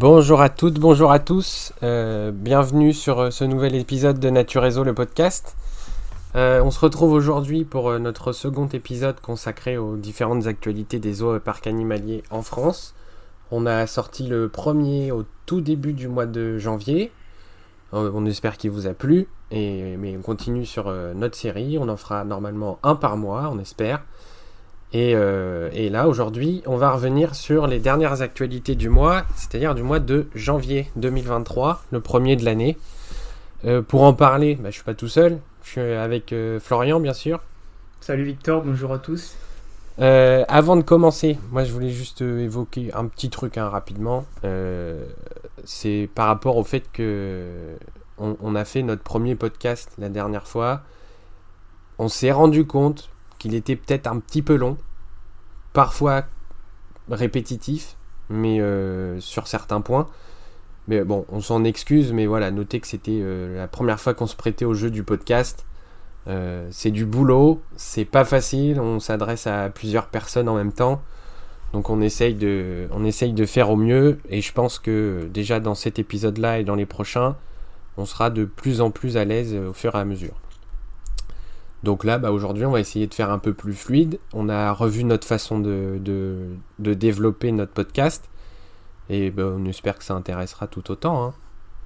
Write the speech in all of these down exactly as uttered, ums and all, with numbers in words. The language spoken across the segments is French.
Bonjour à toutes, bonjour à tous, euh, bienvenue sur euh, ce nouvel épisode de Naturezo, le podcast. Euh, on se retrouve aujourd'hui pour euh, notre second épisode consacré aux différentes actualités des zoos et parcs animaliers en France. On a sorti le premier au tout début du mois de janvier, euh, on espère qu'il vous a plu, et, mais on continue sur euh, notre série, on en fera normalement un par mois, on espère. Et, euh, et là, aujourd'hui, on va revenir sur les dernières actualités du mois, c'est-à-dire du mois de janvier deux mille vingt-trois, le premier de l'année. Euh, pour en parler, bah, je ne suis pas tout seul, je suis avec euh, Florian, bien sûr. Salut Victor, bonjour à tous. Euh, avant de commencer, moi je voulais juste euh, évoquer un petit truc hein, rapidement. Euh, c'est par rapport au fait que on, on a fait notre premier podcast la dernière fois. On s'est rendu compte qu'il était peut-être un petit peu long, parfois répétitif, mais euh, sur certains points. Mais bon, on s'en excuse, mais voilà, notez que c'était euh, la première fois qu'on se prêtait au jeu du podcast. Euh, c'est du boulot, c'est pas facile, on s'adresse à plusieurs personnes en même temps, donc on essaye de, on essaye de faire au mieux, et je pense que déjà dans cet épisode-là et dans les prochains, on sera de plus en plus à l'aise au fur et à mesure. Donc là, bah aujourd'hui, on va essayer de faire un peu plus fluide. On a revu notre façon de, de, de développer notre podcast. Et bah, on espère que ça intéressera tout autant. Hein.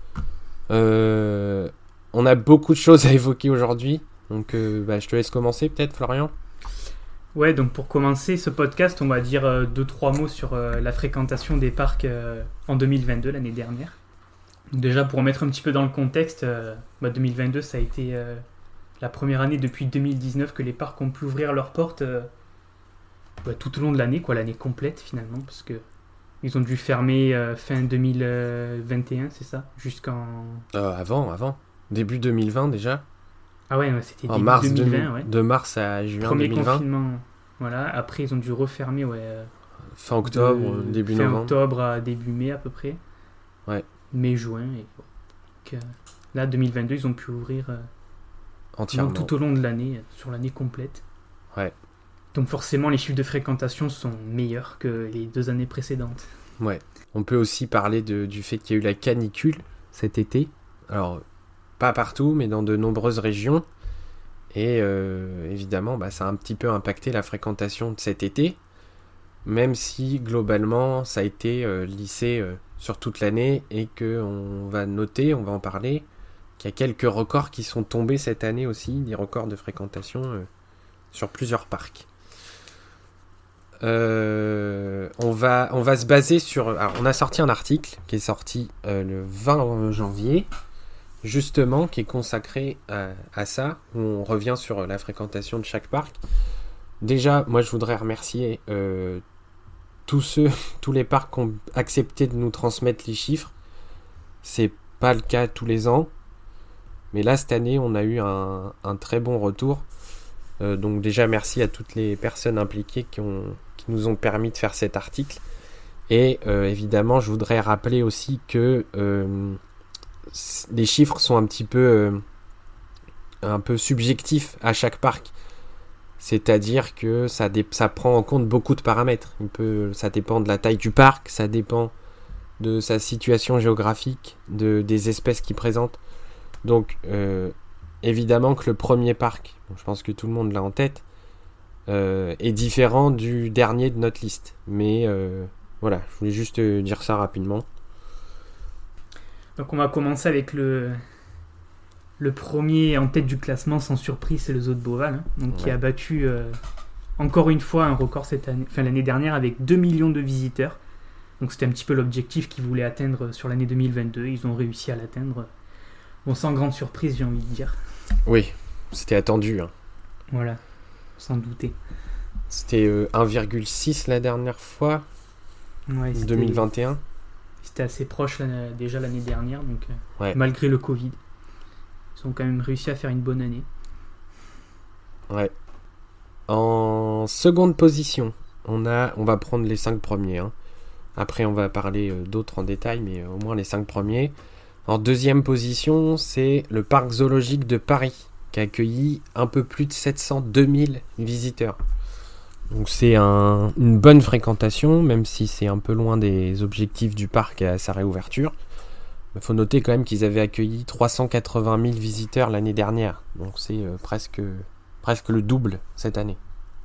Euh, on a beaucoup de choses à évoquer aujourd'hui. Donc euh, bah, je te laisse commencer peut-être, Florian. Ouais, donc pour commencer ce podcast, on va dire euh, deux, trois mots sur euh, la fréquentation des parcs euh, en deux mille vingt-deux, l'année dernière. Donc déjà, pour remettre un petit peu dans le contexte, euh, bah, deux mille vingt-deux, ça a été... Euh, la première année depuis deux mille dix-neuf que les parcs ont pu ouvrir leurs portes euh, bah, tout au long de l'année, quoi, l'année complète finalement, parce que ils ont dû fermer euh, fin deux mille vingt et un, c'est ça, jusqu'en... Euh, avant, avant. Début deux mille vingt déjà. Ah ouais, ouais c'était en début mars deux mille vingt, deux mille, ouais. De mars à juin Premier deux mille vingt. confinement, voilà. Après, ils ont dû refermer, ouais. Euh, fin octobre, de, début fin novembre. octobre à début mai à peu près. Ouais. Mai-juin. Et bon. Donc, euh, là, deux mille vingt-deux, ils ont pu ouvrir... Euh, entièrement. tout au long de l'année, sur l'année complète. Ouais. Donc forcément, les chiffres de fréquentation sont meilleurs que les deux années précédentes. Ouais. On peut aussi parler de, du fait qu'il y a eu la canicule cet été. Alors, pas partout, mais dans de nombreuses régions. Et euh, évidemment, bah, ça a un petit peu impacté la fréquentation de cet été. Même si, globalement, ça a été euh, lissé euh, sur toute l'année. Et qu'on va noter, on va en parler... qu'il y a quelques records qui sont tombés cette année aussi, des records de fréquentation euh, sur plusieurs parcs. Euh, on, va, on va se baser sur... Alors, on a sorti un article qui est sorti euh, le vingt janvier, justement, qui est consacré à, à ça, où on revient sur la fréquentation de chaque parc. Déjà, moi, je voudrais remercier euh, tous ceux, tous les parcs qui ont accepté de nous transmettre les chiffres. C'est pas le cas tous les ans. Mais là, cette année, on a eu un, un très bon retour. Euh, donc déjà, merci à toutes les personnes impliquées qui, ont, qui nous ont permis de faire cet article. Et euh, évidemment, je voudrais rappeler aussi que euh, les chiffres sont un petit peu, euh, un peu subjectifs à chaque parc. C'est-à-dire que ça, dé- ça prend en compte beaucoup de paramètres. Il peut, ça dépend de la taille du parc, ça dépend de sa situation géographique, de, des espèces qu'il présente. Donc, euh, évidemment que le premier parc, bon, je pense que tout le monde l'a en tête, euh, est différent du dernier de notre liste. Mais euh, voilà, je voulais juste euh, dire ça rapidement. Donc on va commencer avec le, le premier en tête du classement, sans surprise, c'est le zoo de Beauval, hein, donc, ouais. Qui a battu euh, encore une fois un record cette année, enfin, l'année dernière avec deux millions de visiteurs. Donc c'était un petit peu l'objectif qu'ils voulaient atteindre sur l'année deux mille vingt-deux. Ils ont réussi à l'atteindre. Bon, sans grande surprise, j'ai envie de dire. Oui, c'était attendu. Hein. Voilà, sans douter. C'était euh, un virgule six la dernière fois, ouais, deux mille vingt et un. C'était assez proche là, déjà l'année dernière, donc euh, ouais. Malgré le Covid. Ils ont quand même réussi à faire une bonne année. Ouais. En seconde position, on, a, on va prendre les cinq premiers. Hein. Après, on va parler euh, d'autres en détail, mais euh, au moins les cinq premiers. En deuxième position, c'est le parc zoologique de Paris, qui a accueilli un peu plus de sept cent deux mille visiteurs. Donc c'est un, une bonne fréquentation, même si c'est un peu loin des objectifs du parc à sa réouverture. Il faut noter quand même qu'ils avaient accueilli trois cent quatre-vingt mille visiteurs l'année dernière. Donc c'est euh, presque, presque le double cette année.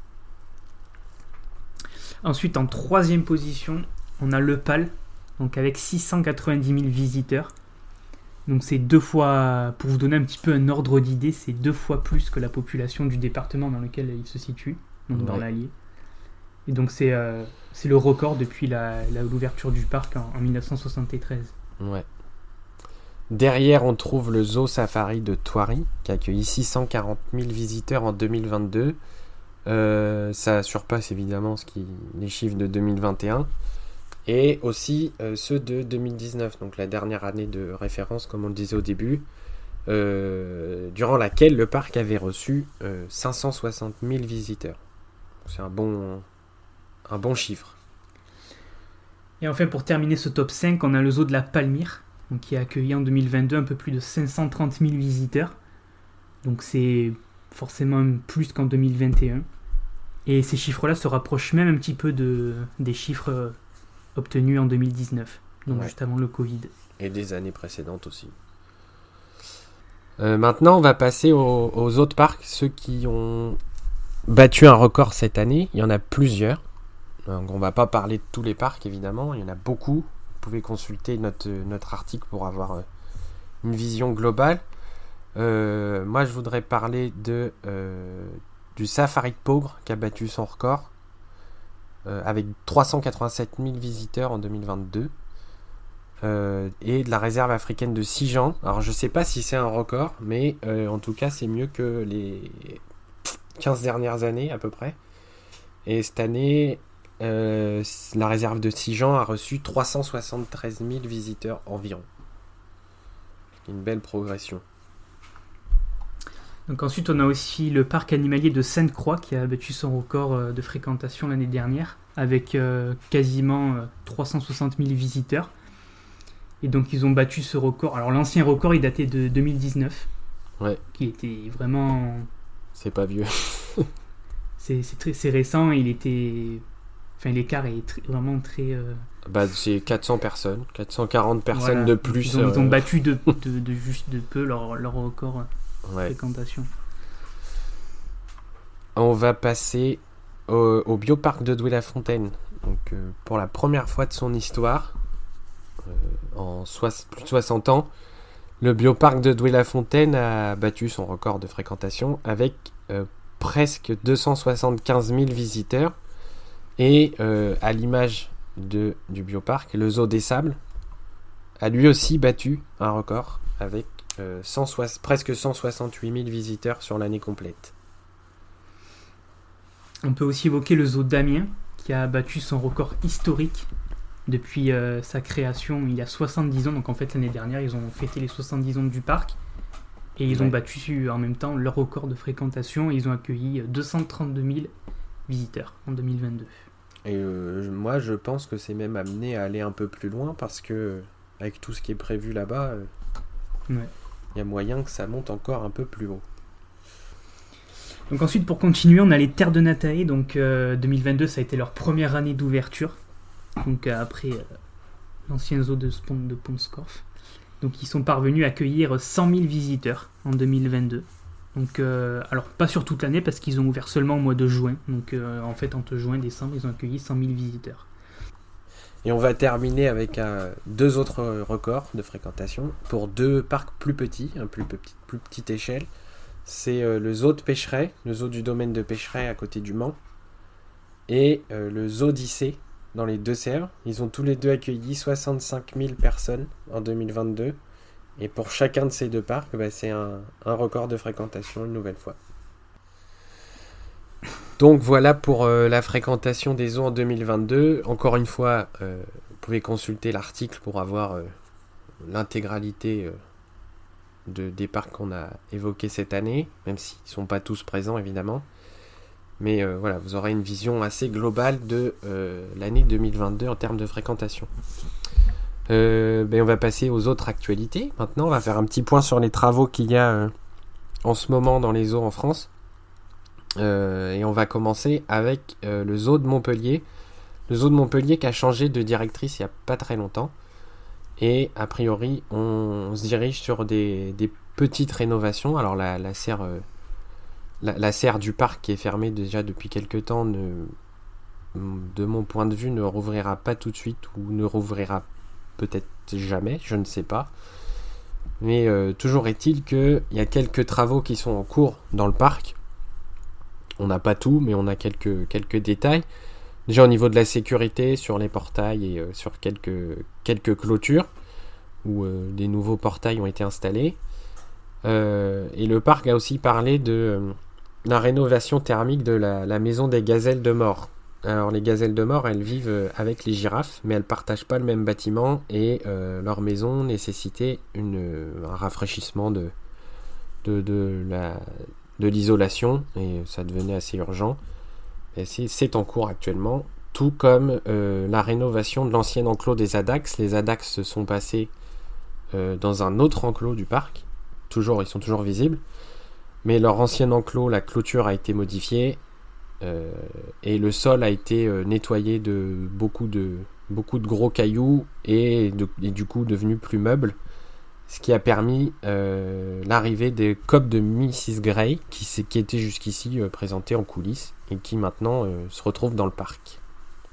Ensuite, en troisième position, on a le Pal, donc avec six cent quatre-vingt-dix mille visiteurs. Donc c'est deux fois, pour vous donner un petit peu un ordre d'idée, c'est deux fois plus que la population du département dans lequel il se situe, donc ouais. dans l'Allier. Et donc c'est, euh, c'est le record depuis la, la, l'ouverture du parc en, en dix-neuf cent soixante-treize. Ouais. Derrière, on trouve le Zoo Safari de Thoiry, qui a accueilli six cent quarante mille visiteurs en deux mille vingt-deux. Euh, ça surpasse évidemment ce qui, les chiffres de deux mille vingt et un. Et aussi euh, ceux de deux mille dix-neuf, donc la dernière année de référence, comme on le disait au début, euh, durant laquelle le parc avait reçu euh, cinq cent soixante mille visiteurs. C'est un bon, un bon chiffre. Et enfin, pour terminer ce top cinq, on a le zoo de la Palmyre, donc, qui a accueilli en deux mille vingt-deux un peu plus de cinq cent trente mille visiteurs. Donc c'est forcément plus qu'en deux mille vingt et un. Et ces chiffres-là se rapprochent même un petit peu de, des chiffres obtenus en deux mille dix-neuf, donc ouais. juste avant le Covid. Et des années précédentes aussi. Euh, maintenant, on va passer aux, aux autres parcs, ceux qui ont battu un record cette année. Il y en a plusieurs. Donc, on ne va pas parler de tous les parcs, évidemment. Il y en a beaucoup. Vous pouvez consulter notre, notre article pour avoir une vision globale. Euh, moi, je voudrais parler de, euh, du Safari de Peaugres qui a battu son record euh, avec trois cent quatre-vingt-sept mille visiteurs en deux mille vingt-deux. Euh, et de la réserve africaine de Sijan. Alors je sais pas si c'est un record, mais euh, en tout cas c'est mieux que les quinze dernières années à peu près. Et cette année, euh, la réserve de Sijan a reçu trois cent soixante-treize mille visiteurs environ. Une belle progression. Donc ensuite on a aussi le parc animalier de Sainte-Croix qui a battu son record de fréquentation l'année dernière avec euh, quasiment euh, trois cent soixante mille visiteurs. Et donc ils ont battu ce record. Alors l'ancien record il datait de deux mille dix-neuf. Ouais. Qui était vraiment... C'est pas vieux. c'est, c'est, très, c'est récent et il était... Enfin l'écart est très, vraiment très... Euh... Bah c'est quatre cents personnes. quatre cent quarante personnes voilà. de plus. Ils ont, euh... ils ont battu de, de, de juste de peu leur, leur record de ouais. fréquentation. On va passer au, au bioparc de Douai-la-Fontaine. Donc euh, pour la première fois de son histoire... Euh, en soix- plus de soixante ans, le bioparc de Douai-la-Fontaine a battu son record de fréquentation avec euh, presque deux cent soixante-quinze mille visiteurs. Et euh, à l'image de, du bioparc, le Zoo des Sables a lui aussi battu un record avec euh, cent soixante, presque cent soixante-huit mille visiteurs sur l'année complète. On peut aussi évoquer le Zoo d'Amiens qui a battu son record historique depuis euh, sa création il y a soixante-dix ans. Donc en fait l'année dernière ils ont fêté les soixante-dix ans du parc et ils ouais. ont battu en même temps leur record de fréquentation et ils ont accueilli deux cent trente-deux mille visiteurs en deux mille vingt-deux. Et euh, moi je pense que c'est même amené à aller un peu plus loin parce que avec tout ce qui est prévu là-bas il euh, ouais. y a moyen que ça monte encore un peu plus haut. Donc ensuite pour continuer on a les Terres de Natae. Donc euh, deux mille vingt-deux ça a été leur première année d'ouverture. Donc euh, après euh, l'ancien zoo de, Spon- de Pont-Scorff. Donc ils sont parvenus à accueillir cent mille visiteurs en deux mille vingt-deux. Donc euh, alors pas sur toute l'année parce qu'ils ont ouvert seulement au mois de juin. Donc euh, en fait entre juin et décembre ils ont accueilli cent mille visiteurs. Et on va terminer avec euh, deux autres records de fréquentation pour deux parcs plus petits, un plus petit, plus petite échelle. C'est euh, le zoo de Pêcheret, le zoo du domaine de Pêcheret à côté du Mans, et euh, le zoo d'Issé dans les Deux-Sèvres. Ils ont tous les deux accueilli soixante-cinq mille personnes en deux mille vingt-deux. Et pour chacun de ces deux parcs, bah, c'est un, un record de fréquentation une nouvelle fois. Donc voilà pour euh, la fréquentation des zoos en deux mille vingt-deux. Encore une fois, euh, vous pouvez consulter l'article pour avoir euh, l'intégralité euh, de, des parcs qu'on a évoqués cette année, même s'ils ne sont pas tous présents évidemment. Mais euh, voilà, vous aurez une vision assez globale de euh, l'année deux mille vingt-deux en termes de fréquentation. Euh, ben on va passer aux autres actualités. Maintenant, on va faire un petit point sur les travaux qu'il y a euh, en ce moment dans les zoos en France. Euh, et on va commencer avec euh, le zoo de Montpellier. Le zoo de Montpellier qui a changé de directrice il n'y a pas très longtemps. Et a priori, on, on se dirige sur des, des petites rénovations. Alors la, la, serre, euh, la, la serre du parc qui est fermée déjà depuis quelques temps, ne, de mon point de vue, ne rouvrira pas tout de suite ou ne rouvrira peut-être jamais, je ne sais pas. Mais euh, toujours est-il qu'il y a quelques travaux qui sont en cours dans le parc. On n'a pas tout, mais on a quelques, quelques détails. Déjà au niveau de la sécurité, sur les portails et euh, sur quelques, quelques clôtures, où euh, des nouveaux portails ont été installés. Euh, et le parc a aussi parlé de euh, la rénovation thermique de la, la maison des gazelles de Maure. Alors les gazelles de Maure, elles vivent avec les girafes, mais elles ne partagent pas le même bâtiment, et euh, leur maison nécessitait une, un rafraîchissement de, de, de, la, de l'isolation, et ça devenait assez urgent. Et c'est, c'est en cours actuellement, tout comme euh, la rénovation de l'ancien enclos des Adax. Les Adax se sont passés euh, dans un autre enclos du parc. Toujours, ils sont toujours visibles. Mais leur ancien enclos, la clôture a été modifiée euh, et le sol a été euh, nettoyé de beaucoup, de beaucoup de gros cailloux et, de, et du coup devenu plus meuble. Ce qui a permis euh, l'arrivée des copes de missus Gray qui, qui étaient jusqu'ici euh, présentés en coulisses et qui maintenant euh, se retrouvent dans le parc.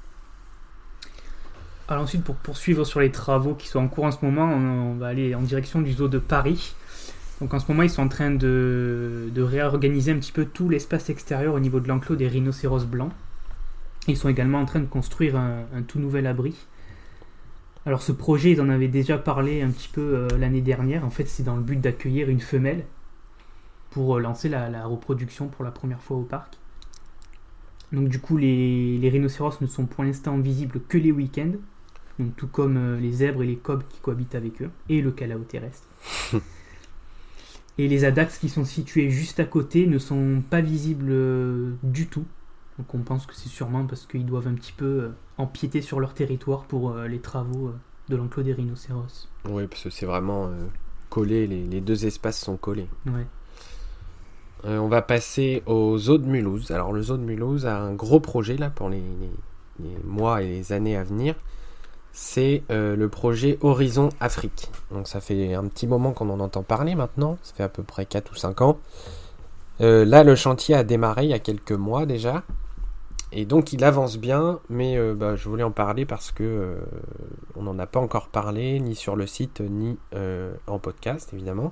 Alors ensuite, pour poursuivre sur les travaux qui sont en cours en ce moment, on, on va aller en direction du zoo de Paris. Donc en ce moment, ils sont en train de, de réorganiser un petit peu tout l'espace extérieur au niveau de l'enclos des rhinocéros blancs. Ils sont également en train de construire un, un tout nouvel abri. Alors ce projet, ils en avaient déjà parlé un petit peu euh, l'année dernière. En fait, c'est dans le but d'accueillir une femelle pour euh, lancer la, la reproduction pour la première fois au parc. Donc du coup, les, les rhinocéros ne sont pour l'instant visibles que les week-ends. Donc tout comme euh, les zèbres et les kobs qui cohabitent avec eux. Et le calao terrestre. Et les Adax qui sont situés juste à côté ne sont pas visibles euh, du tout. Donc on pense que c'est sûrement parce qu'ils doivent un petit peu euh, empiéter sur leur territoire pour euh, les travaux euh, de l'enclos des rhinocéros. Oui, parce que c'est vraiment euh, collé, les, les deux espaces sont collés. Ouais. Euh, on va passer au zoo de Mulhouse. Alors le zoo de Mulhouse a un gros projet là pour les, les, les mois et les années à venir. C'est euh, le projet Horizon Afrique. Donc ça fait un petit moment qu'on en entend parler maintenant. Ça fait à peu près quatre ou cinq ans. Euh, là le chantier a démarré il y a quelques mois déjà. Et donc il avance bien, mais euh, bah, je voulais en parler parce que euh, on n'en a pas encore parlé, ni sur le site, ni euh, en podcast évidemment.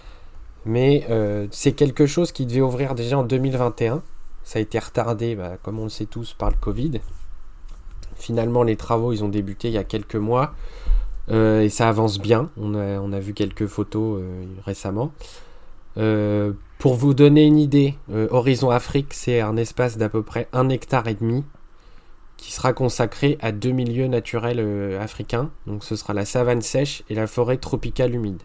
Mais euh, c'est quelque chose qui devait ouvrir déjà en deux mille vingt et un. Ça a été retardé, bah, comme on le sait tous, par le Covid. Finalement, les travaux, ils ont débuté il y a quelques mois. Euh, et ça avance bien. On a, on a vu quelques photos euh, récemment. Euh, pour vous donner une idée, euh, Horizon Afrique, c'est un espace d'à peu près un hectare et demi qui sera consacré à deux milieux naturels euh, africains. Donc ce sera la savane sèche et la forêt tropicale humide.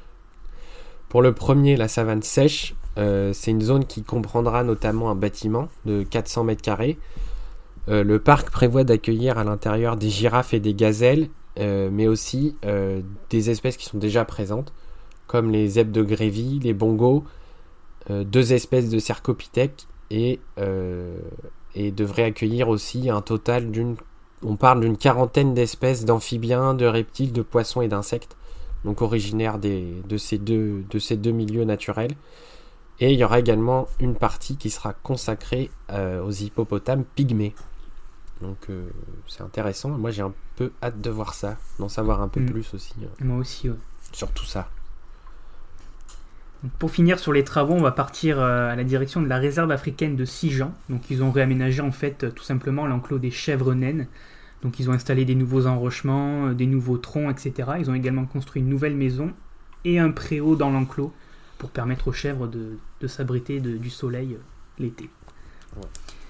Pour le premier, la savane sèche, euh, c'est une zone qui comprendra notamment un bâtiment de quatre cents mètres carrés. Euh, le parc prévoit d'accueillir à l'intérieur des girafes et des gazelles, euh, mais aussi euh, des espèces qui sont déjà présentes, comme les zèbres de Grévy, les bongos, euh, deux espèces de cercopithèques, et, euh, et devrait accueillir aussi un total d'une... On parle d'une quarantaine d'espèces d'amphibiens, de reptiles, de poissons et d'insectes, donc originaires des, de, ces deux, de ces deux milieux naturels. Et il y aura également une partie qui sera consacrée euh, aux hippopotames pygmées. Donc euh, c'est intéressant. Moi j'ai un peu hâte de voir ça, d'en savoir un peu mmh. plus aussi. Euh, Moi aussi, ouais. Sur tout ça. Donc, pour finir sur les travaux, on va partir euh, à la direction de la réserve africaine de Sijan. Donc ils ont réaménagé en fait euh, tout simplement l'enclos des chèvres naines. Donc ils ont installé des nouveaux enrochements, euh, des nouveaux troncs, et cetera. Ils ont également construit une nouvelle maison et un préau dans l'enclos pour permettre aux chèvres de, de s'abriter de, du soleil euh, l'été. Ouais.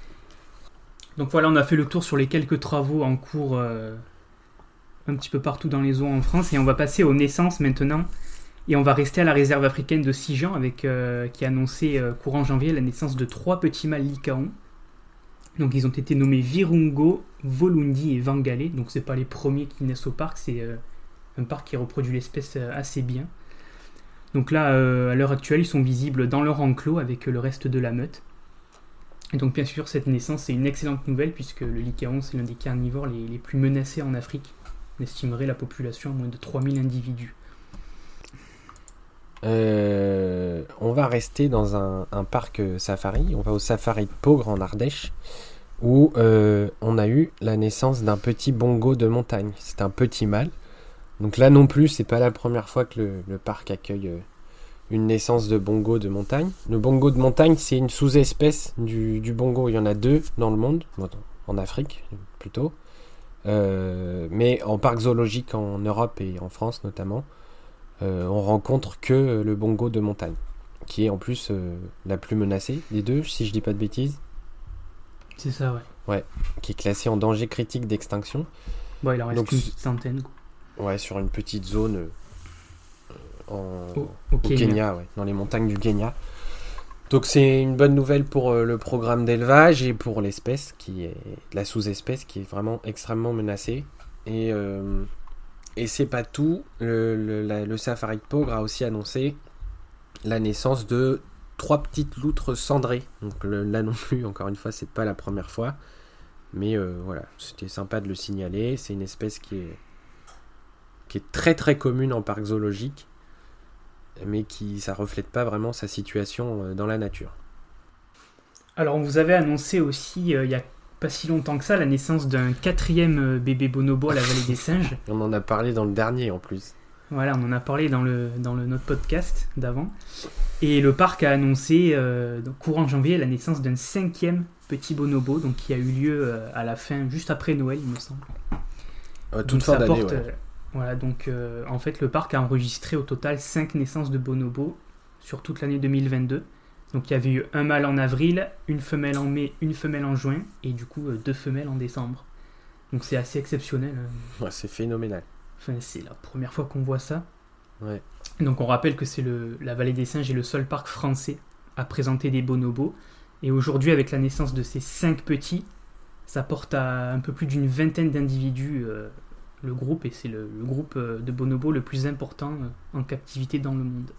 Donc voilà, on a fait le tour sur les quelques travaux en cours euh, un petit peu partout dans les zoos en France, et on va passer aux naissances maintenant, et on va rester à la réserve africaine de Sijan avec, euh, qui a annoncé euh, courant janvier la naissance de trois petits mâles lycaons. Donc ils ont été nommés Virungo, Volundi et Vangale. Donc c'est pas les premiers qui naissent au parc, c'est euh, un parc qui reproduit l'espèce euh, assez bien. Donc là, euh, à l'heure actuelle, ils sont visibles dans leur enclos avec euh, le reste de la meute. Et donc bien sûr, cette naissance est une excellente nouvelle puisque le lycaon, c'est l'un des carnivores les, les plus menacés en Afrique. On estimerait la population à moins de trois mille individus. Euh, on va rester dans un, un parc safari. On va au safari de Peaugres en Ardèche, où euh, on a eu la naissance d'un petit bongo de montagne. C'est un petit mâle. Donc là non plus, c'est pas la première fois que le, le parc accueille euh, une naissance de bongo de montagne. Le bongo de montagne, c'est une sous-espèce du, du bongo. Il y en a deux dans le monde, en Afrique plutôt. Euh, mais en parc zoologique en Europe et en France notamment, euh, on rencontre que le bongo de montagne, qui est en plus euh, la plus menacée des deux, si je dis pas de bêtises. C'est ça, ouais. Ouais, qui est classée en danger critique d'extinction. Bon, il en reste Donc, une petite centaine. Ouais, sur une petite zone euh, en, au, au, au Kenya, Kenya ouais, dans les montagnes du Kenya. Donc c'est une bonne nouvelle pour euh, le programme d'élevage et pour l'espèce, qui est la sous-espèce qui est vraiment extrêmement menacée. Et, euh, et c'est pas tout, le, le, la, le safari de Peaugres a aussi annoncé la naissance de trois petites loutres cendrées. Donc le, là non plus, encore une fois, c'est pas la première fois. Mais euh, voilà, c'était sympa de le signaler. C'est une espèce qui est, qui est très très commune en parc zoologique, mais qui ça reflète pas vraiment sa situation dans la nature. Alors on vous avait annoncé aussi euh, il y a pas si longtemps que ça la naissance d'un quatrième euh, bébé bonobo à la vallée des singes. On en a parlé dans le dernier en plus. Voilà, on en a parlé dans le dans le notre podcast d'avant. Et le parc a annoncé euh, donc, courant janvier la naissance d'un cinquième petit bonobo, donc qui a eu lieu euh, à la fin, juste après Noël il me semble. Euh, toute fin d'année, porte, ouais. Euh, Voilà, donc euh, en fait le parc a enregistré au total cinq naissances de bonobos sur toute l'année deux mille vingt-deux. Donc il y avait eu un mâle en avril, une femelle en mai, une femelle en juin, et du coup euh, deux femelles en décembre. Donc c'est assez exceptionnel. Hein. Ouais, c'est phénoménal. Enfin, c'est la première fois qu'on voit ça. Ouais. Donc on rappelle que c'est le, la vallée des singes est le seul parc français à présenter des bonobos. Et aujourd'hui, avec la naissance de ces cinq petits, ça porte à un peu plus d'une vingtaine d'individus euh, le groupe, et c'est le, le groupe de bonobos le plus important en captivité dans le monde.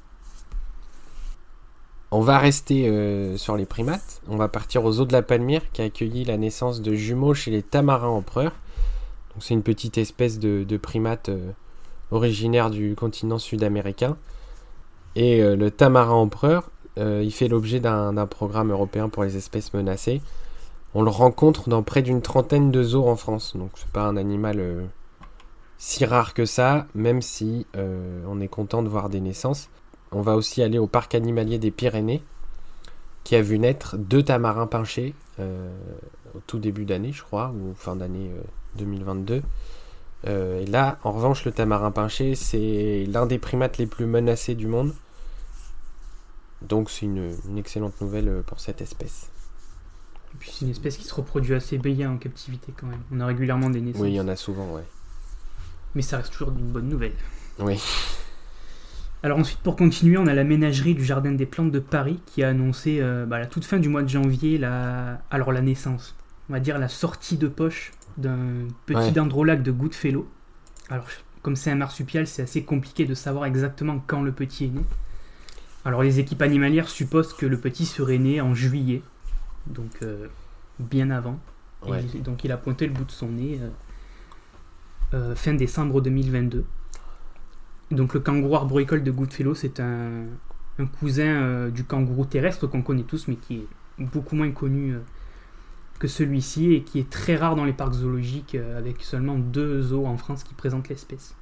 On va rester euh, sur les primates. On va partir aux Eaux de la Palmyre, qui a accueilli la naissance de jumeaux chez les tamarins empereurs. Donc, c'est une petite espèce de, de primate euh, originaire du continent sud-américain. Et euh, le tamarin empereur, euh, il fait l'objet d'un, d'un programme européen pour les espèces menacées. On le rencontre dans près d'une trentaine de zoos en France. Donc c'est pas un animal euh, si rare que ça, même si euh, on est content de voir des naissances. On va aussi aller au parc animalier des Pyrénées, qui a vu naître deux tamarins pinchés euh, au tout début d'année, je crois, ou fin d'année euh, deux mille vingt-deux. Euh, et là, en revanche, le tamarin pinché, c'est l'un des primates les plus menacés du monde. Donc c'est une, une excellente nouvelle pour cette espèce. Et puis c'est une espèce qui se reproduit assez bien en captivité quand même. On a régulièrement des naissances. Oui, il y en a souvent, ouais. Mais ça reste toujours une bonne nouvelle. Oui. Alors ensuite, pour continuer, on a la ménagerie du Jardin des Plantes de Paris qui a annoncé euh, bah, à la toute fin du mois de janvier la... Alors, la naissance, on va dire la sortie de poche d'un petit ouais. dendrolac de Goodfellow. Alors, comme c'est un marsupial, c'est assez compliqué de savoir exactement quand le petit est né. Alors, les équipes animalières supposent que le petit serait né en juillet, donc euh, bien avant. Ouais. Et donc, il a pointé le bout de son nez euh, euh, fin décembre deux mille vingt-deux. Donc le kangourou arboricole de Goodfellow, c'est un, un cousin euh, du kangourou terrestre qu'on connaît tous, mais qui est beaucoup moins connu euh, que celui-ci et qui est très rare dans les parcs zoologiques, euh, avec seulement deux zoos en France qui présentent l'espèce.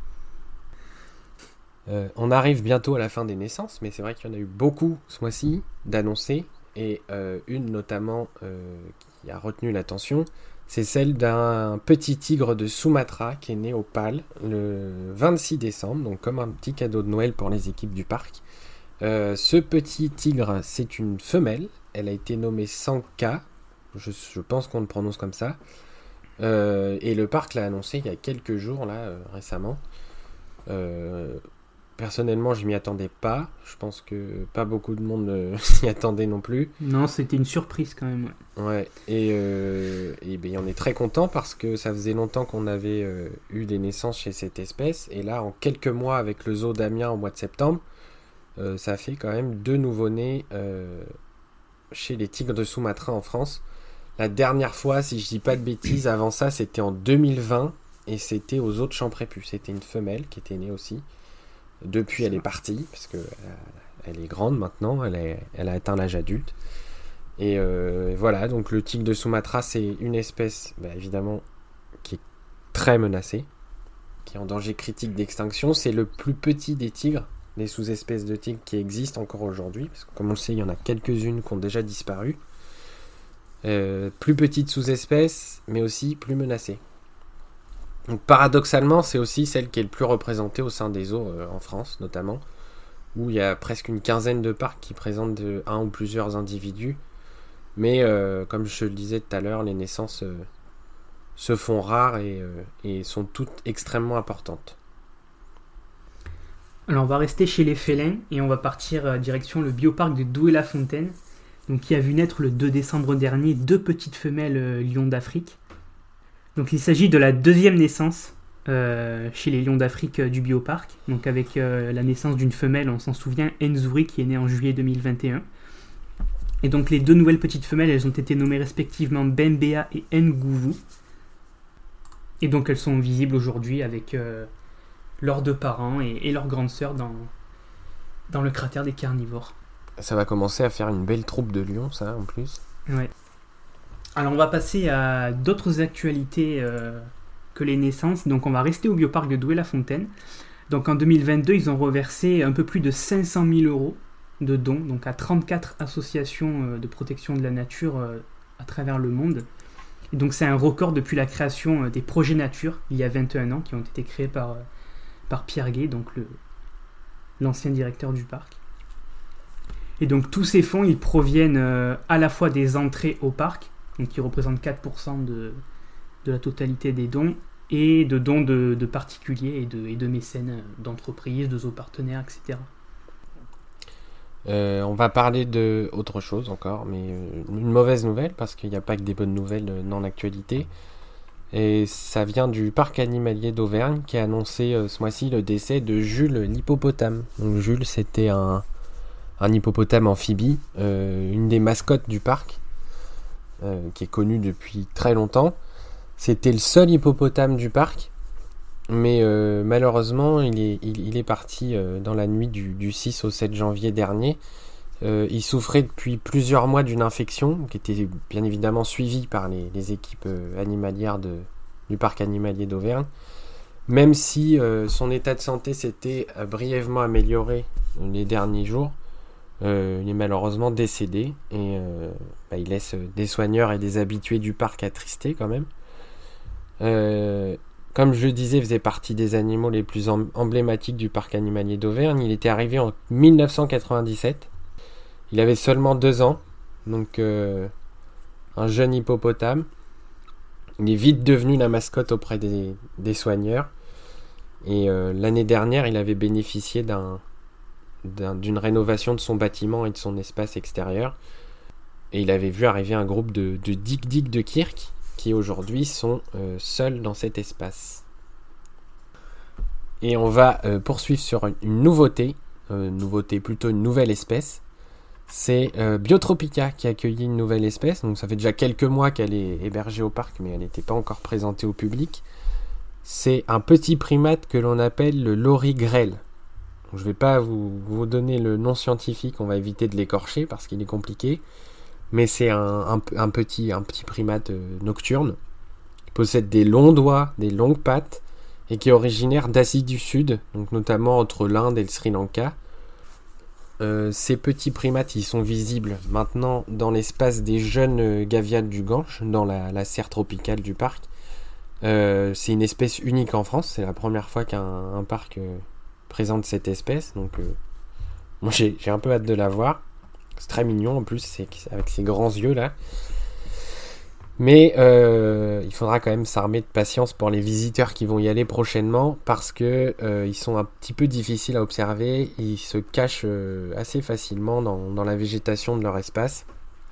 Euh, on arrive bientôt à la fin des naissances, mais c'est vrai qu'il y en a eu beaucoup ce mois-ci d'annoncées, et euh, une notamment euh, qui a retenu l'attention, c'est celle d'un petit tigre de Sumatra qui est né au Pal le vingt-six décembre, donc comme un petit cadeau de Noël pour les équipes du parc. Euh, ce petit tigre, c'est une femelle. Elle a été nommée Sanka, je, je pense qu'on le prononce comme ça. Euh, et le parc l'a annoncé il y a quelques jours, là, euh, récemment. Euh, personnellement, je m'y attendais pas. Je pense que pas beaucoup de monde euh, s'y attendait non plus. Non, c'était une surprise quand même. Ouais, ouais. Et, euh, et ben, on est très content parce que ça faisait longtemps qu'on avait euh, eu des naissances chez cette espèce. Et là, en quelques mois, avec le zoo d'Amiens au mois de septembre, euh, ça fait quand même deux nouveau-nés euh, chez les tigres de Sumatra en France. La dernière fois, si je dis pas de bêtises, avant ça, c'était en deux mille vingt et c'était aux Hauts de Champrépus. C'était une femelle qui était née aussi. Depuis, elle est partie parce que elle est grande maintenant, elle, est, elle a atteint l'âge adulte. Et euh, voilà, donc le tigre de Sumatra, c'est une espèce, bah, évidemment, qui est très menacée, qui est en danger critique d'extinction. C'est le plus petit des tigres, des sous-espèces de tigres qui existent encore aujourd'hui, parce que comme on le sait, il y en a quelques-unes qui ont déjà disparu. Euh, plus petite sous-espèce, mais aussi plus menacée. Donc paradoxalement, c'est aussi celle qui est le plus représentée au sein des zoos euh, en France, notamment, où il y a presque une quinzaine de parcs qui présentent de, un ou plusieurs individus. Mais euh, comme je le disais tout à l'heure, les naissances euh, se font rares et, euh, et sont toutes extrêmement importantes. Alors on va rester chez les félins et on va partir euh, direction le bioparc de Douai-la-Fontaine, donc qui a vu naître le deux décembre dernier deux petites femelles euh, lions d'Afrique. Donc il s'agit de la deuxième naissance euh, chez les lions d'Afrique euh, du bioparc, donc avec euh, la naissance d'une femelle, on s'en souvient, Nzuri, qui est née en juillet deux mille vingt et un. Et donc les deux nouvelles petites femelles, elles ont été nommées respectivement Bembea et Ngouvou. Et donc elles sont visibles aujourd'hui avec euh, leurs deux parents et, et leur grande sœur dans, dans le cratère des carnivores. Ça va commencer à faire une belle troupe de lions, ça, en plus. Ouais. Alors on va passer à d'autres actualités euh, que les naissances. Donc on va rester au bioparc de Douai-la-Fontaine. Donc en deux mille vingt-deux, ils ont reversé un peu plus de cinq cent mille euros de dons, donc à trente-quatre associations de protection de la nature à travers le monde. Et donc c'est un record depuis la création des projets nature, il y a vingt et un ans, qui ont été créés par, par Pierre Gay, donc le, l'ancien directeur du parc. Et donc tous ces fonds, ils proviennent à la fois des entrées au parc, donc qui représentent quatre pour cent de, de la totalité des dons, et de dons de, de particuliers et de, et de mécènes d'entreprises, de zoopartenaires, et cetera. Euh, on va parler de autre chose encore, mais euh, une mauvaise nouvelle, parce qu'il n'y a pas que des bonnes nouvelles euh, dans l'actualité. Et ça vient du parc animalier d'Auvergne qui a annoncé euh, ce mois-ci le décès de Jules l'hippopotame. Donc Jules, c'était un, un hippopotame amphibie, euh, une des mascottes du parc, euh, qui est connue depuis très longtemps. C'était le seul hippopotame du parc. Mais euh, malheureusement, il est, il, il est parti euh, dans la nuit du, du six au sept janvier dernier. Euh, il souffrait depuis plusieurs mois d'une infection qui était bien évidemment suivie par les, les équipes euh, animalières de, du parc animalier d'Auvergne. Même si euh, son état de santé s'était euh, brièvement amélioré les derniers jours, euh, il est malheureusement décédé. Et euh, bah, il laisse des soigneurs et des habitués du parc attristés quand même. Euh... Comme je le disais, il faisait partie des animaux les plus emblématiques du parc animalier d'Auvergne. Il était arrivé en dix-neuf cent quatre-vingt-dix-sept. Il avait seulement deux ans, donc euh, un jeune hippopotame. Il est vite devenu la mascotte auprès des, des soigneurs. Et euh, l'année dernière, il avait bénéficié d'un, d'un, d'une rénovation de son bâtiment et de son espace extérieur. Et il avait vu arriver un groupe de, de Dik-Dik de Kirk, qui aujourd'hui sont euh, seuls dans cet espace. Et on va euh, poursuivre sur une nouveauté, euh, nouveauté plutôt une nouvelle espèce. C'est euh, Biotropica qui a accueilli une nouvelle espèce. Donc ça fait déjà quelques mois qu'elle est hébergée au parc, mais elle n'était pas encore présentée au public. C'est un petit primate que l'on appelle le lorigrel. Donc, je ne vais pas vous, vous donner le nom scientifique, on va éviter de l'écorcher parce qu'il est compliqué. Mais c'est un, un, un, petit, un petit primate euh, nocturne qui possède des longs doigts, des longues pattes et qui est originaire d'Asie du Sud, donc notamment entre l'Inde et le Sri Lanka. Euh, ces petits primates, ils sont visibles maintenant dans l'espace des jeunes gaviales du Gange, dans la, la serre tropicale du parc. Euh, c'est une espèce unique en France, c'est la première fois qu'un un parc euh, présente cette espèce, donc euh, moi j'ai, j'ai un peu hâte de la voir. C'est très mignon en plus, c'est avec ses grands yeux là. Mais euh, il faudra quand même s'armer de patience pour les visiteurs qui vont y aller prochainement parce que euh, ils sont un petit peu difficiles à observer. Ils se cachent euh, assez facilement dans, dans la végétation de leur espace.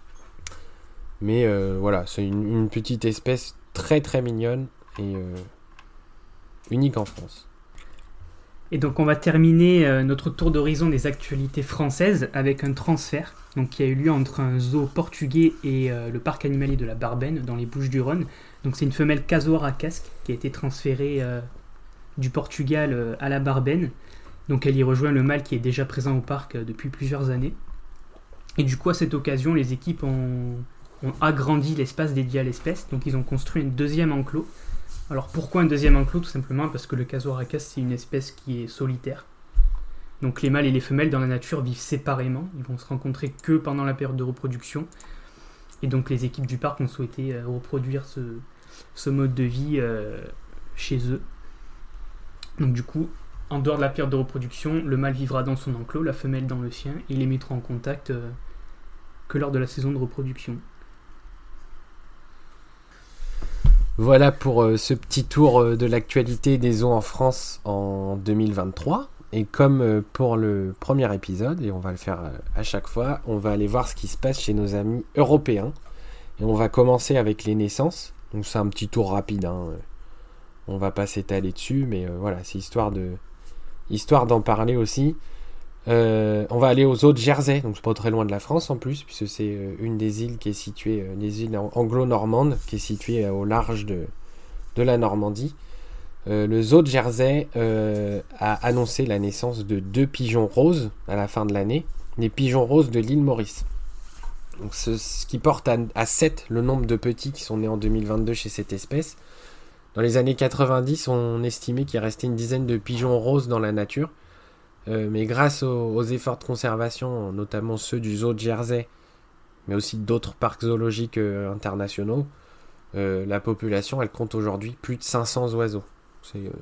Mais euh, voilà, c'est une, une petite espèce très très mignonne et euh, unique en France. Et donc on va terminer euh, notre tour d'horizon des actualités françaises avec un transfert donc, qui a eu lieu entre un zoo portugais et euh, le parc animalier de la Barbenne dans les Bouches-du-Rhône. Donc c'est une femelle casoar à casque qui a été transférée euh, du Portugal euh, à la Barbenne. Donc elle y rejoint le mâle qui est déjà présent au parc euh, depuis plusieurs années. Et du coup à cette occasion les équipes ont, ont agrandi l'espace dédié à l'espèce. Donc ils ont construit un deuxième enclos. Alors pourquoi un deuxième enclos? Tout simplement parce que le casoar à casque c'est une espèce qui est solitaire. Donc les mâles et les femelles dans la nature vivent séparément, ils vont se rencontrer que pendant la période de reproduction. Et donc les équipes du parc ont souhaité euh, reproduire ce, ce mode de vie euh, chez eux. Donc du coup, en dehors de la période de reproduction, le mâle vivra dans son enclos, la femelle dans le sien, et ils les mettront en contact euh, que lors de la saison de reproduction. Voilà pour euh, ce petit tour euh, de l'actualité des zoos en France en deux mille vingt-trois. Et comme euh, pour le premier épisode, et on va le faire euh, à chaque fois, on va aller voir ce qui se passe chez nos amis européens. Et on va commencer avec les naissances. Donc c'est un petit tour rapide, hein. On va pas s'étaler dessus, mais euh, voilà, c'est histoire de histoire d'en parler aussi. Euh, on va aller aux eaux de Jersey, donc c'est pas très loin de la France en plus, puisque c'est euh, une des îles qui est située, euh, des îles anglo-normandes, qui est située euh, au large de, de la Normandie. Euh, le zoo de Jersey euh, a annoncé la naissance de deux pigeons roses à la fin de l'année, les pigeons roses de l'île Maurice. Donc ce, ce qui porte à, à sept le nombre de petits qui sont nés en deux mille vingt-deux chez cette espèce. Dans les années quatre-vingt-dix, on estimait qu'il restait une dizaine de pigeons roses dans la nature. Euh, mais grâce aux, aux efforts de conservation, notamment ceux du zoo de Jersey, mais aussi d'autres parcs zoologiques euh, internationaux, euh, la population elle compte aujourd'hui plus de cinq cents oiseaux. C'est euh,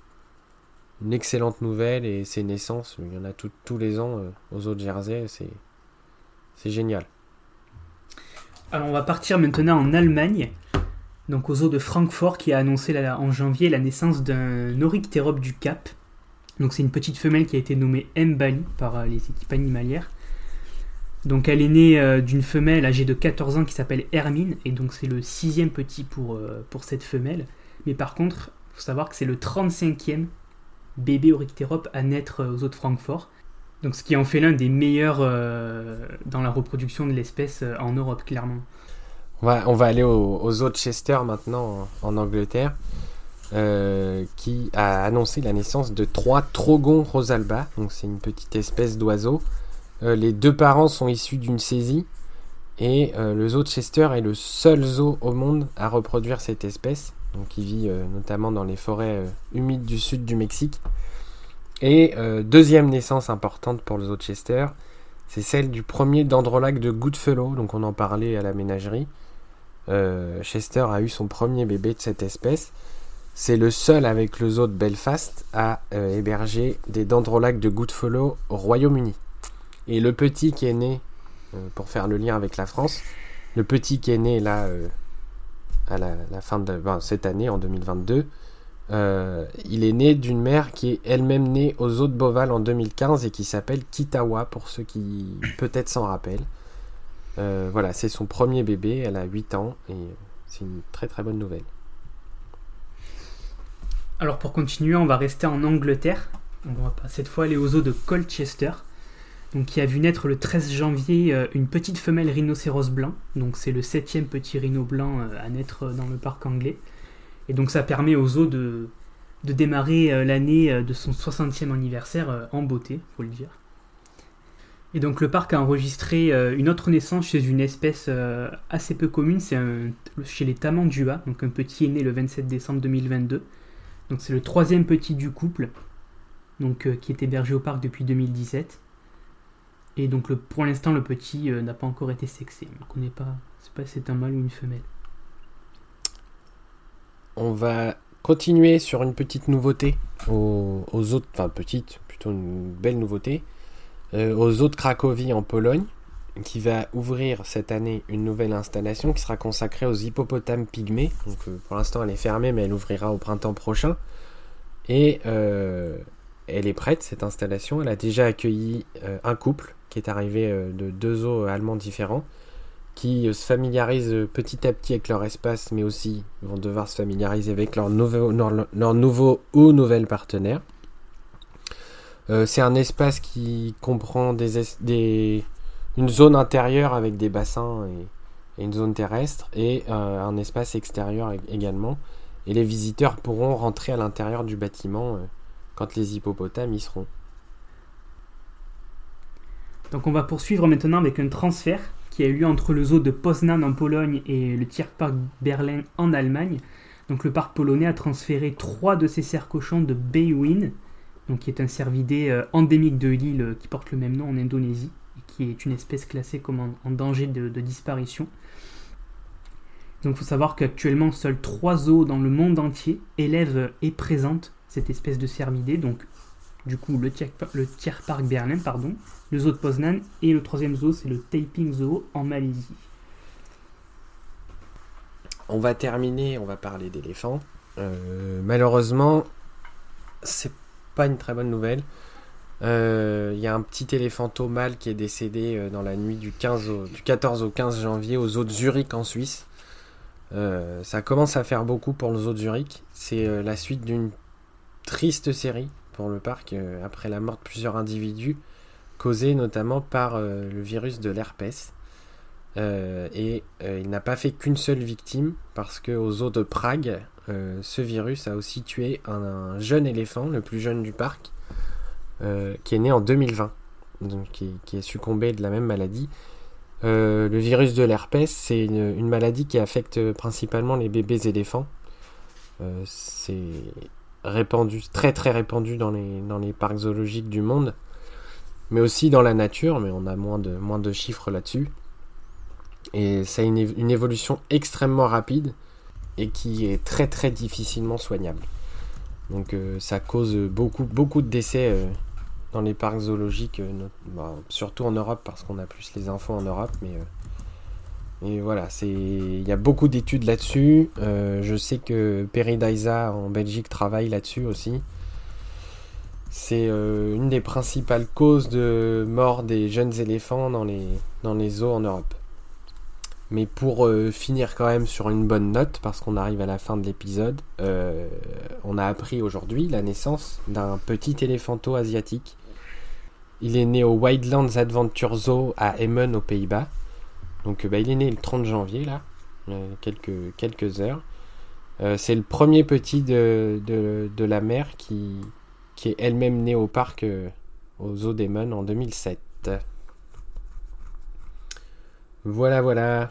une excellente nouvelle et ces naissances, il y en a tout, tous les ans euh, aux zoo de Jersey, c'est, c'est génial. Alors on va partir maintenant en Allemagne, donc au zoo de Francfort qui a annoncé la, en janvier la naissance d'un Oryctérope du Cap. Donc c'est une petite femelle qui a été nommée Mbali par euh, les équipes animalières. Donc elle est née euh, d'une femelle âgée de quatorze ans qui s'appelle Hermine, et donc c'est le sixième petit pour, euh, pour cette femelle. Mais par contre, il faut savoir que c'est le trente-cinquième bébé Oryctérope à naître euh, aux zoo de Francfort. Donc ce qui en fait l'un des meilleurs euh, dans la reproduction de l'espèce euh, en Europe, clairement. On va, on va aller au, au zoo de Chester maintenant en, en Angleterre. Euh, qui a annoncé la naissance de trois Trogons rosalba, donc c'est une petite espèce d'oiseau. Euh, les deux parents sont issus d'une saisie et euh, le zoo de Chester est le seul zoo au monde à reproduire cette espèce, donc il vit euh, notamment dans les forêts euh, humides du sud du Mexique. Et euh, deuxième naissance importante pour le zoo de Chester, c'est celle du premier dendrolac de Goodfellow, donc on en parlait à la ménagerie. Euh, Chester a eu son premier bébé de cette espèce. C'est le seul avec le zoo de Belfast à euh, héberger des dendrolacs de Goodfellow au Royaume-Uni. Et le petit qui est né, euh, pour faire le lien avec la France, le petit qui est né là euh, à la, la fin de ben, cette année, en deux mille vingt-deux, euh, il est né d'une mère qui est elle-même née au zoo de Beauval en deux mille quinze et qui s'appelle Kitawa, pour ceux qui peut-être s'en rappellent. Euh, voilà, c'est son premier bébé, elle a huit ans et c'est une très très bonne nouvelle. Alors pour continuer, on va rester en Angleterre. On va cette fois aller au zoo de Colchester, donc qui a vu naître le treize janvier euh, une petite femelle rhinocéros blanc. Donc c'est le septième petit rhino blanc euh, à naître dans le parc anglais. Et donc ça permet au zoo de, de démarrer euh, l'année euh, de son soixantième anniversaire euh, en beauté, faut le dire. Et donc le parc a enregistré euh, une autre naissance chez une espèce euh, assez peu commune, c'est un, chez les tamandua, donc un petit est né le vingt-sept décembre deux mille vingt-deux. Donc c'est le troisième petit du couple, donc, euh, qui est hébergé au parc depuis deux mille dix-sept. Et donc le, pour l'instant le petit euh, n'a pas encore été sexé. On ne connaît pas, c'est pas si c'est un mâle ou une femelle. On va continuer sur une petite nouveauté aux, aux autres, enfin petite, plutôt une belle nouveauté, euh, aux zoo de Cracovie en Pologne, qui va ouvrir cette année une nouvelle installation qui sera consacrée aux hippopotames pygmées. Donc euh, pour l'instant elle est fermée, mais elle ouvrira au printemps prochain. Et euh, elle est prête, cette installation. Elle a déjà accueilli euh, un couple qui est arrivé euh, de deux zoos allemands différents, qui euh, se familiarisent petit à petit avec leur espace, mais aussi vont devoir se familiariser avec leur nouveau, leur, leur nouveau ou nouvelle partenaire. Euh, c'est un espace qui comprend des, es- des, une zone intérieure avec des bassins et, et une zone terrestre et euh, un espace extérieur ég- également. Et les visiteurs pourront rentrer à l'intérieur du bâtiment euh, quand les hippopotames y seront. Donc on va poursuivre maintenant avec un transfert qui a eu lieu entre le zoo de Poznan en Pologne et le Tierpark Berlin en Allemagne. Donc le parc polonais a transféré trois de ses cerfs-cochons de Baywin, donc qui est un cervidé euh, endémique de l'île euh, qui porte le même nom en Indonésie et qui est une espèce classée comme en, en danger de, de disparition. Donc il faut savoir qu'actuellement seuls trois zoos dans le monde entier élèvent et présentent cette espèce de cervidé. Donc du coup le, tier, le Tierpark Berlin, pardon, le zoo de Poznan et le troisième zoo c'est le Taiping Zoo en Malaisie. On va terminer, on va parler d'éléphants. Euh, malheureusement, c'est pas une très bonne nouvelle. Il euh, y a un petit éléphanteau mâle qui est décédé euh, dans la nuit du, quinze au, du quatorze au quinze janvier au zoo de Zurich en Suisse. Euh, ça commence à faire beaucoup pour le zoo de Zurich. C'est euh, la suite d'une triste série pour le parc euh, après la mort de plusieurs individus causés notamment par euh, le virus de l'herpès. Euh, et euh, il n'a pas fait qu'une seule victime parce qu'au zoo de Prague, euh, ce virus a aussi tué un, un jeune éléphant, le plus jeune du parc, euh, qui est né en deux mille vingt, donc qui, qui est succombé de la même maladie. Euh, le virus de l'herpès, c'est une, une maladie qui affecte principalement les bébés éléphants. Euh, c'est répandu, très très répandu dans les, dans les parcs zoologiques du monde, mais aussi dans la nature, mais on a moins de, moins de chiffres là-dessus. Et ça a une, une évolution extrêmement rapide et qui est très très difficilement soignable. Donc euh, ça cause beaucoup, beaucoup de décès euh, dans les parcs zoologiques, euh, no- bah, surtout en Europe parce qu'on a plus les infos en Europe. Mais euh, et voilà, c'est, il y a beaucoup d'études là-dessus. Euh, je sais que Paradisa en Belgique travaille là-dessus aussi. C'est euh, une des principales causes de mort des jeunes éléphants dans les, dans les zoos en Europe. Mais pour euh, finir quand même sur une bonne note, parce qu'on arrive à la fin de l'épisode, euh, on a appris aujourd'hui la naissance d'un petit éléphanteau asiatique. Il est né au Wildlands Adventure Zoo à Emmen aux Pays-Bas. Donc bah, il est né le trente janvier, là, euh, quelques, quelques heures. Euh, c'est le premier petit de, de, de la mère qui, qui est elle-même née au parc euh, au Zoo d'Emmen en deux mille sept. Voilà, voilà.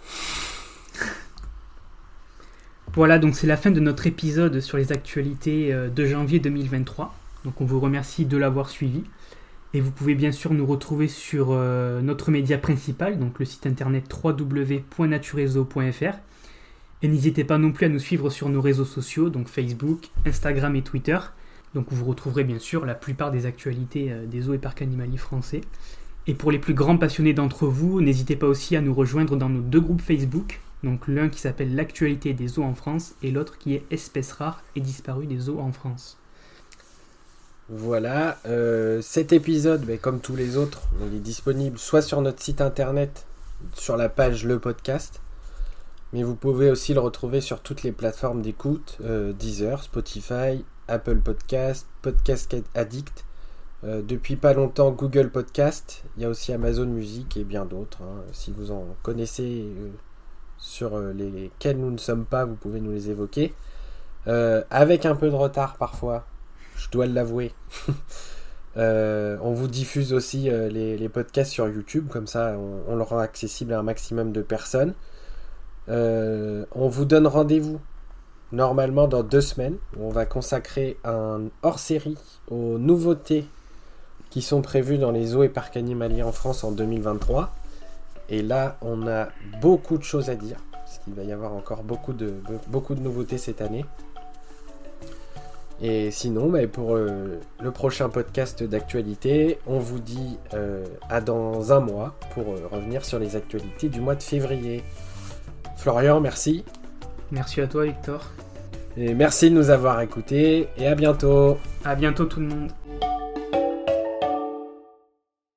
Voilà, donc c'est la fin de notre épisode sur les actualités euh, de janvier deux mille vingt-trois. Donc on vous remercie de l'avoir suivi. Et vous pouvez bien sûr nous retrouver sur euh, notre média principal, donc le site internet w w w point naturezo point f r. Et n'hésitez pas non plus à nous suivre sur nos réseaux sociaux, donc Facebook, Instagram et Twitter. Donc où vous retrouverez bien sûr la plupart des actualités euh, des zoos et parcs animaliers français. Et pour les plus grands passionnés d'entre vous, n'hésitez pas aussi à nous rejoindre dans nos deux groupes Facebook. Donc l'un qui s'appelle l'actualité des zoos en France et l'autre qui est espèces rares et disparues des zoos en France. Voilà, euh, cet épisode, bah, comme tous les autres, il est disponible soit sur notre site internet, sur la page Le Podcast, mais vous pouvez aussi le retrouver sur toutes les plateformes d'écoute, euh, Deezer, Spotify, Apple Podcast, Podcast Addict, euh, depuis pas longtemps Google Podcast, il y a aussi Amazon Music et bien d'autres. Hein. Si vous en connaissez euh, sur euh, lesquels nous ne sommes pas, vous pouvez nous les évoquer. Euh, avec un peu de retard parfois, je dois l'avouer. euh, on vous diffuse aussi euh, les, les podcasts sur YouTube, comme ça on, on le rend accessible à un maximum de personnes. Euh, on vous donne rendez-vous normalement dans deux semaines où on va consacrer un hors-série aux nouveautés qui sont prévues dans les zoos et parcs animaliers en France en deux mille vingt-trois. Et là, on a beaucoup de choses à dire, parce qu'il va y avoir encore beaucoup de, beaucoup de nouveautés cette année. Et sinon, bah, pour euh, le prochain podcast d'actualité, on vous dit euh, à dans un mois pour euh, revenir sur les actualités du mois de février. Florian, merci. Merci à toi, Victor. Et merci de nous avoir écoutés et à bientôt. À bientôt tout le monde.